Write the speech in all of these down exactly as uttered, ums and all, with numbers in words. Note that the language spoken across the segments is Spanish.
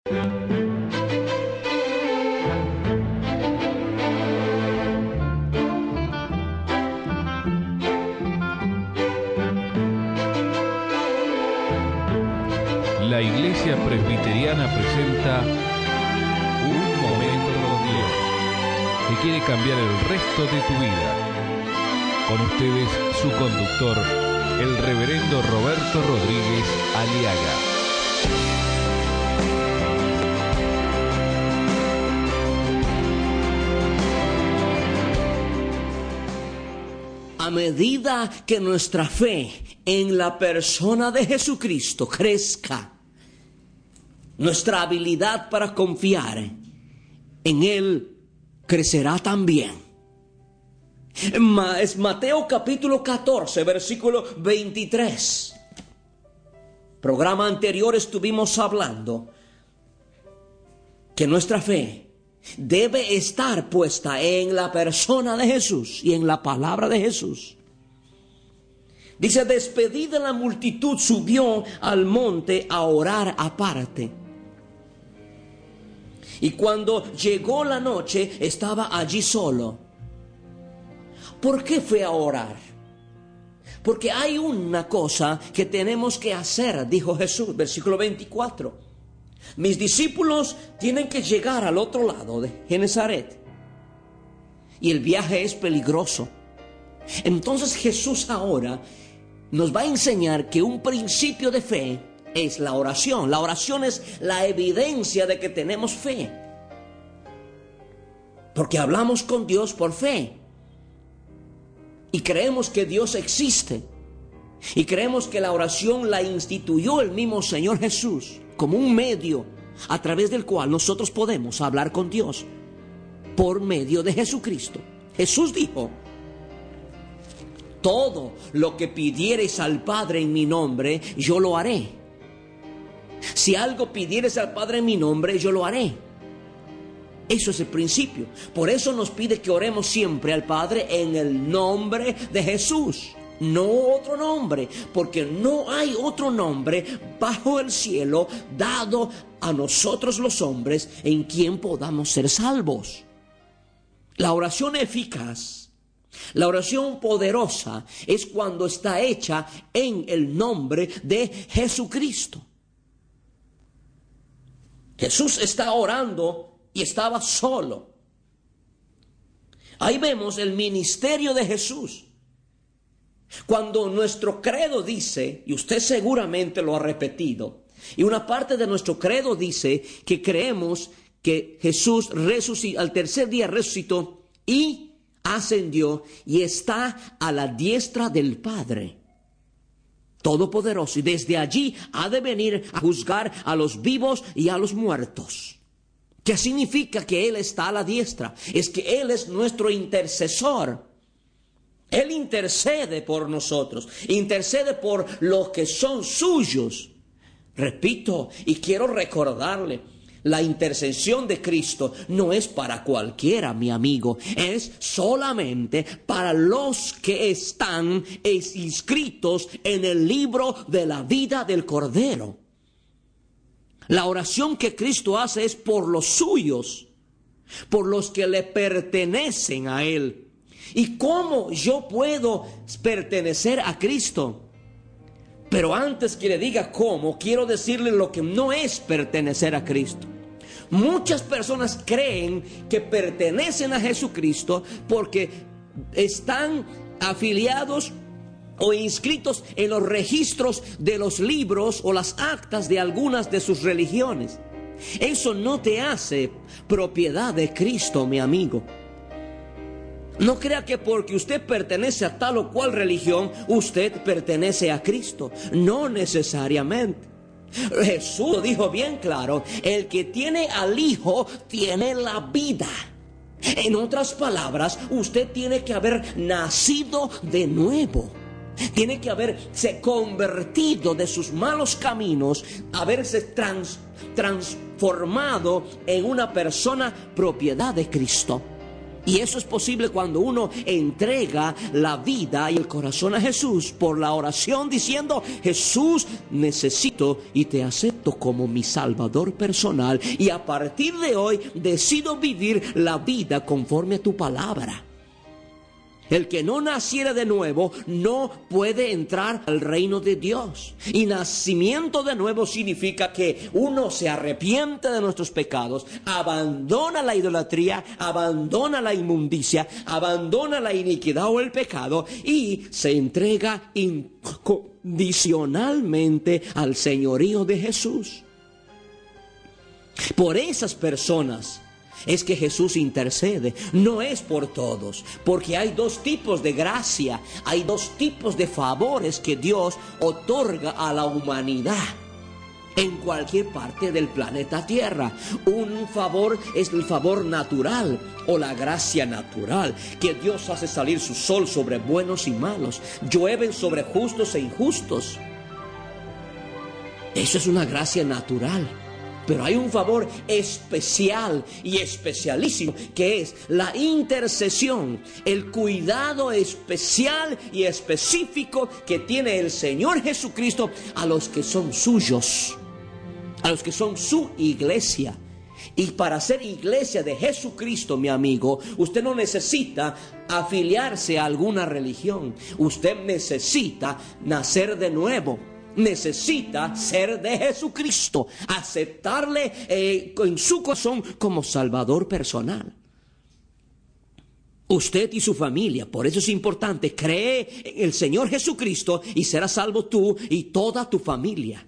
La Iglesia Presbiteriana presenta Un Momento con Dios, que quiere cambiar el resto de tu vida. Con ustedes, su conductor, el reverendo Roberto Rodríguez Aliaga. A medida que nuestra fe en la persona de Jesucristo crezca, nuestra habilidad para confiar en Él crecerá también. Es Mateo capítulo catorce, versículo veintitrés. Programa anterior estuvimos hablando que nuestra fe debe estar puesta en la persona de Jesús y en la palabra de Jesús. Dice, despedida la multitud, subió al monte a orar aparte. Y cuando llegó la noche, estaba allí solo. ¿Por qué fue a orar? Porque hay una cosa que tenemos que hacer, dijo Jesús, versículo veinticuatro. Mis discípulos tienen que llegar al otro lado de Genesaret. Y el viaje es peligroso. Entonces Jesús ahora nos va a enseñar que un principio de fe es la oración. La oración es la evidencia de que tenemos fe. Porque hablamos con Dios por fe. Y creemos que Dios existe. Y creemos que la oración la instituyó el mismo Señor Jesús como un medio a través del cual nosotros podemos hablar con Dios. Por medio de Jesucristo. Jesús dijo: todo lo que pidiereis al Padre en mi nombre, yo lo haré. Si algo pidieres al Padre en mi nombre, yo lo haré. Eso es el principio. Por eso nos pide que oremos siempre al Padre en el nombre de Jesús. No otro nombre, porque no hay otro nombre bajo el cielo dado a nosotros los hombres en quien podamos ser salvos. La oración eficaz, la oración poderosa es cuando está hecha en el nombre de Jesucristo. Jesús está orando y estaba solo. Ahí vemos el ministerio de Jesús. Cuando nuestro credo dice, y usted seguramente lo ha repetido, y una parte de nuestro credo dice que creemos que Jesús resucitó, al tercer día resucitó y ascendió y está a la diestra del Padre Todopoderoso, y desde allí ha de venir a juzgar a los vivos y a los muertos. ¿Qué significa que Él está a la diestra? Es que Él es nuestro intercesor. Él intercede por nosotros, intercede por los que son suyos. Repito, y quiero recordarle, la intercesión de Cristo no es para cualquiera, mi amigo, es solamente para los que están inscritos en el libro de la vida del Cordero. La oración que Cristo hace es por los suyos, por los que le pertenecen a Él. ¿Y cómo yo puedo pertenecer a Cristo? Pero antes que le diga cómo, quiero decirle lo que no es pertenecer a Cristo. Muchas personas creen que pertenecen a Jesucristo porque están afiliados o inscritos en los registros de los libros o las actas de algunas de sus religiones. Eso no te hace propiedad de Cristo, mi amigo. No crea que porque usted pertenece a tal o cual religión, usted pertenece a Cristo. No necesariamente. Jesús lo dijo bien claro: el que tiene al Hijo tiene la vida. En otras palabras, usted tiene que haber nacido de nuevo. Tiene que haberse convertido de sus malos caminos, haberse trans, transformado en una persona propiedad de Cristo. Y eso es posible cuando uno entrega la vida y el corazón a Jesús por la oración diciendo: Jesús, necesito y te acepto como mi Salvador personal, y a partir de hoy decido vivir la vida conforme a tu palabra. El que no naciera de nuevo no puede entrar al reino de Dios. Y nacimiento de nuevo significa que uno se arrepiente de nuestros pecados, abandona la idolatría, abandona la inmundicia, abandona la iniquidad o el pecado y se entrega incondicionalmente al señorío de Jesús. Por esas personas es que Jesús intercede, no es por todos, porque hay dos tipos de gracia, hay dos tipos de favores que Dios otorga a la humanidad en cualquier parte del planeta Tierra. Un favor es el favor natural o la gracia natural, que Dios hace salir su sol sobre buenos y malos, llueven sobre justos e injustos. Eso es una gracia natural. Pero hay un favor especial y especialísimo, que es la intercesión, el cuidado especial y específico que tiene el Señor Jesucristo a los que son suyos, a los que son su iglesia. Y para ser iglesia de Jesucristo, mi amigo, usted no necesita afiliarse a alguna religión. Usted necesita nacer de nuevo. Necesita ser de Jesucristo, aceptarle eh, en su corazón como Salvador personal. Usted y su familia, por eso es importante, cree en el Señor Jesucristo y serás salvo tú y toda tu familia.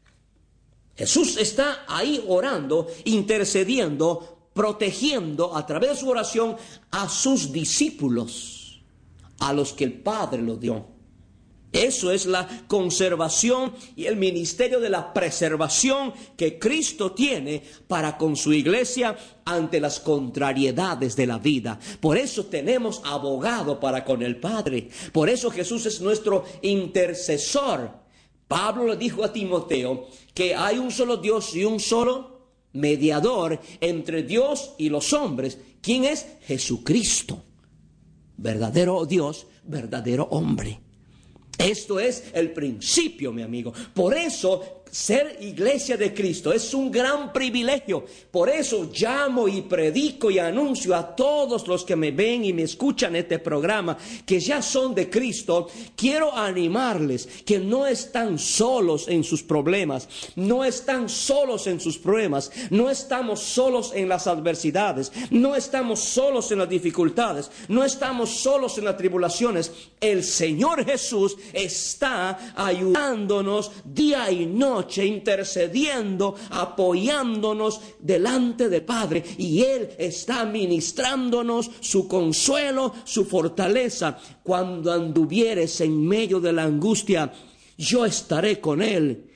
Jesús está ahí orando, intercediendo, protegiendo a través de su oración a sus discípulos, a los que el Padre lo dio. Eso es la conservación y el ministerio de la preservación que Cristo tiene para con su iglesia ante las contrariedades de la vida. Por eso tenemos abogado para con el Padre. Por eso Jesús es nuestro intercesor. Pablo le dijo a Timoteo que hay un solo Dios y un solo mediador entre Dios y los hombres. ¿Quién es? Jesucristo. Verdadero Dios, verdadero hombre. Esto es el principio, mi amigo. Por eso ser iglesia de Cristo es un gran privilegio. Por eso llamo y predico y anuncio a todos los que me ven y me escuchan este programa, que ya son de Cristo. Quiero animarles que no están solos en sus problemas, no están solos en sus pruebas, no estamos solos en las adversidades, no estamos solos en las dificultades, no estamos solos en las tribulaciones. El Señor Jesús está ayudándonos día y noche, intercediendo, apoyándonos delante del Padre, y Él está ministrándonos su consuelo, su fortaleza. Cuando anduvieres en medio de la angustia, yo estaré con Él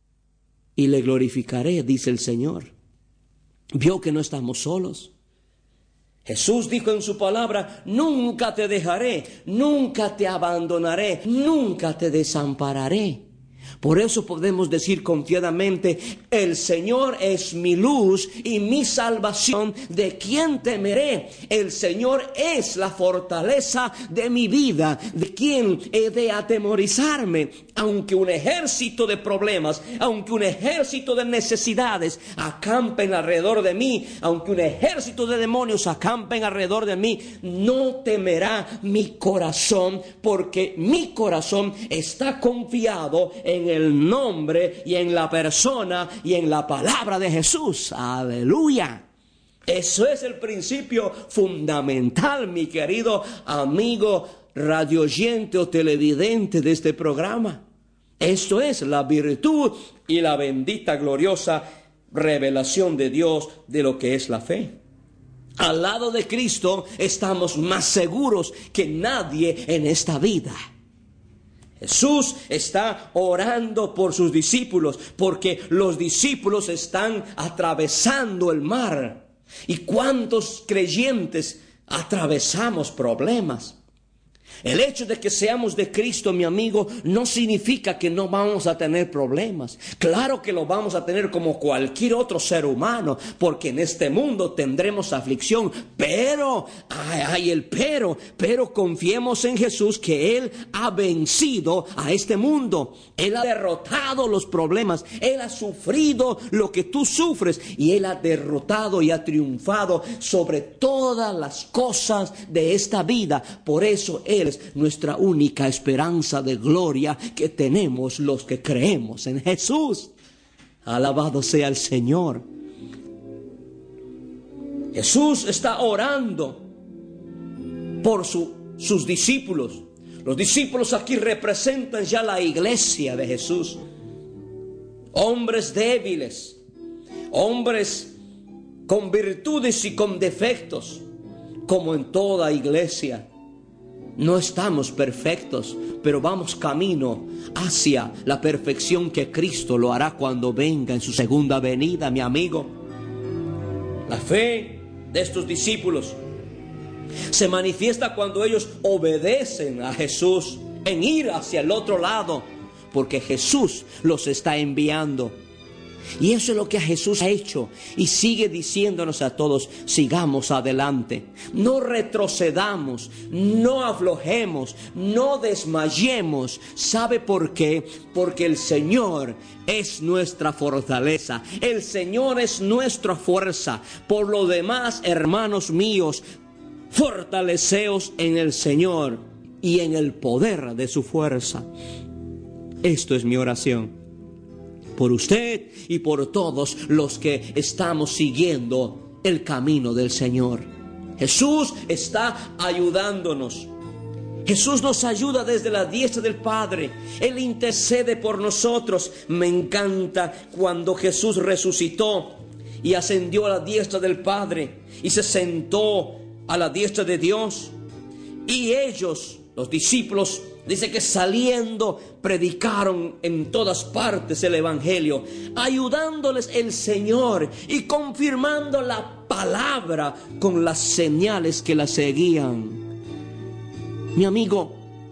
y le glorificaré, dice el Señor. Vio que no estamos solos. Jesús dijo en su palabra: nunca te dejaré, nunca te abandonaré, nunca te desampararé. Por eso podemos decir confiadamente: el Señor es mi luz y mi salvación, ¿de quién temeré? El Señor es la fortaleza de mi vida, ¿de quién he de atemorizarme? Aunque un ejército de problemas, aunque un ejército de necesidades acampen alrededor de mí, aunque un ejército de demonios acampen alrededor de mí, no temerá mi corazón, porque mi corazón está confiado en el nombre y en la persona y en la palabra de Jesús. Aleluya. Eso es el principio fundamental, mi querido amigo radioyente o televidente de este programa. Esto es la virtud y la bendita, gloriosa revelación de Dios de lo que es la fe. Al lado de Cristo estamos más seguros que nadie en esta vida. Jesús está orando por sus discípulos, porque los discípulos están atravesando el mar. ¿Y cuántos creyentes atravesamos problemas? El hecho de que seamos de Cristo, mi amigo, no significa que no vamos a tener problemas. Claro que lo vamos a tener como cualquier otro ser humano, porque en este mundo tendremos aflicción. Pero, ay, ay, el pero, pero confiemos en Jesús que Él ha vencido a este mundo. Él ha derrotado los problemas. Él ha sufrido lo que tú sufres y Él ha derrotado y ha triunfado sobre todas las cosas de esta vida. Por eso Él es nuestra única esperanza de gloria que tenemos los que creemos en Jesús. Alabado sea el Señor. Jesús está orando por su, sus discípulos. Los discípulos aquí representan ya la iglesia de Jesús. Hombres débiles, hombres con virtudes y con defectos, como en toda iglesia. No estamos perfectos, pero vamos camino hacia la perfección que Cristo lo hará cuando venga en su segunda venida, mi amigo. La fe de estos discípulos se manifiesta cuando ellos obedecen a Jesús en ir hacia el otro lado, porque Jesús los está enviando. Y eso es lo que Jesús ha hecho y sigue diciéndonos a todos: sigamos adelante, no retrocedamos, no aflojemos, no desmayemos. ¿Sabe por qué? Porque el Señor es nuestra fortaleza, el Señor es nuestra fuerza. Por lo demás, hermanos míos, fortaleceos en el Señor y en el poder de su fuerza. Esto es mi oración por usted y por todos los que estamos siguiendo el camino del Señor. Jesús está ayudándonos. Jesús nos ayuda desde la diestra del Padre. Él intercede por nosotros. Me encanta cuando Jesús resucitó y ascendió a la diestra del Padre y se sentó a la diestra de Dios. Y ellos, los discípulos, dice que saliendo predicaron en todas partes el evangelio, ayudándoles el Señor y confirmando la palabra con las señales que la seguían. Mi amigo,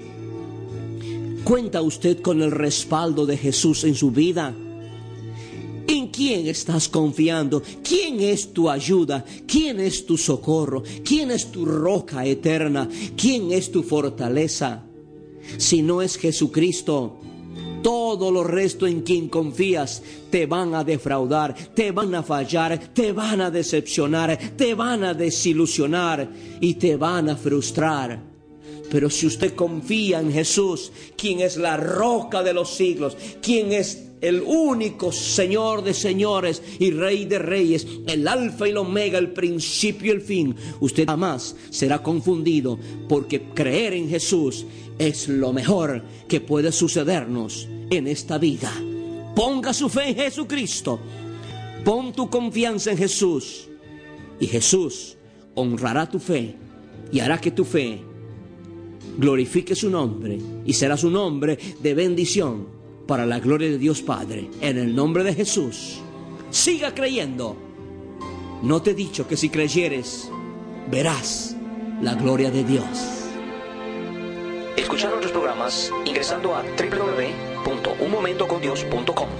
¿cuenta usted con el respaldo de Jesús en su vida? ¿En quién estás confiando? ¿Quién es tu ayuda? ¿Quién es tu socorro? ¿Quién es tu roca eterna? ¿Quién es tu fortaleza? Si no es Jesucristo, todo lo resto en quien confías te van a defraudar, te van a fallar, te van a decepcionar, te van a desilusionar y te van a frustrar. Pero si usted confía en Jesús, quien es la roca de los siglos, quien es el único Señor de señores y Rey de reyes, el alfa y el omega, el principio y el fin, usted jamás será confundido, porque creer en Jesús es lo mejor que puede sucedernos en esta vida. Ponga su fe en Jesucristo, pon tu confianza en Jesús, y Jesús honrará tu fe y hará que tu fe glorifique su nombre y será su nombre de bendición para la gloria de Dios Padre. En el nombre de Jesús, siga creyendo. ¿No te he dicho que si creyeres verás la gloria de Dios? Escuchar nuestros programas ingresando a doble u doble u doble u punto un momento con dios punto com.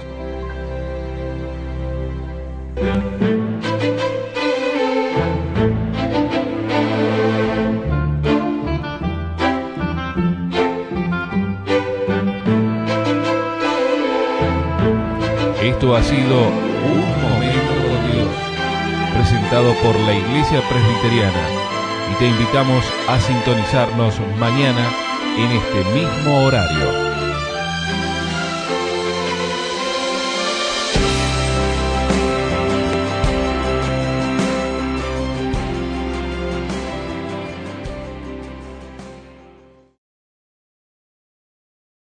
Esto ha sido Un Momento con Dios, presentado por la Iglesia Presbiteriana, y te invitamos a sintonizarnos mañana en este mismo horario.